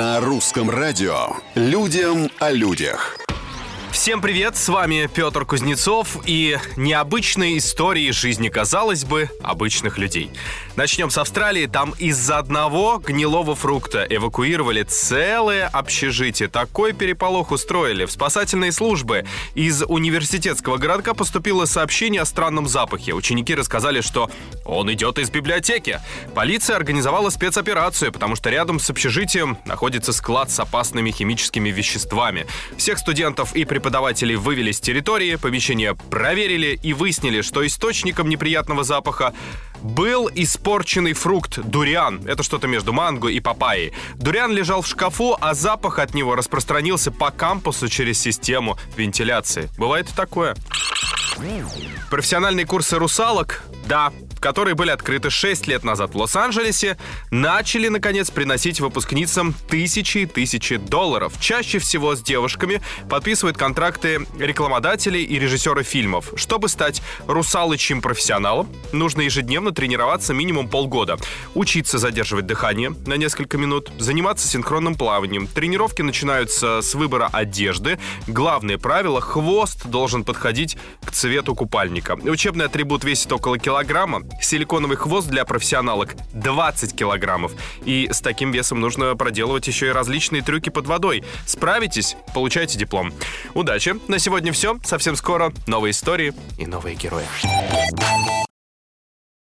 На русском радио «Людям о людях». Всем привет, с вами Петр Кузнецов и необычные истории жизни, казалось бы, обычных людей. Начнем с Австралии. Там из-за одного гнилого фрукта эвакуировали целое общежитие. Такой переполох устроили. В спасательные службы из университетского городка поступило сообщение о странном запахе. Ученики рассказали, что он идет из библиотеки. Полиция организовала спецоперацию, потому что рядом с общежитием находится склад с опасными химическими веществами. Всех студентов и преподавателей вывели с территории, помещение проверили и выяснили, что источником неприятного запаха был испорченный фрукт дуриан. Это что-то между манго и папайей. Дуриан лежал в шкафу, а запах от него распространился по кампусу через систему вентиляции. Бывает и такое. Профессиональные курсы русалок, которые были открыты 6 лет назад в Лос-Анджелесе, начали, наконец, приносить выпускницам тысячи и тысячи долларов. Чаще всего с девушками подписывают контракты рекламодатели и режиссеры фильмов. Чтобы стать русалочьим профессионалом, нужно ежедневно тренироваться минимум полгода. Учиться задерживать дыхание на несколько минут, заниматься синхронным плаванием. Тренировки начинаются с выбора одежды. Главное правило — хвост должен подходить к цвету купальника. Учебный атрибут весит около килограмма. Силиконовый хвост для профессионалок 20 килограммов. И с таким весом нужно проделывать еще и различные трюки под водой. Справитесь — получайте диплом. Удачи! На сегодня все. Совсем скоро новые истории и новые герои.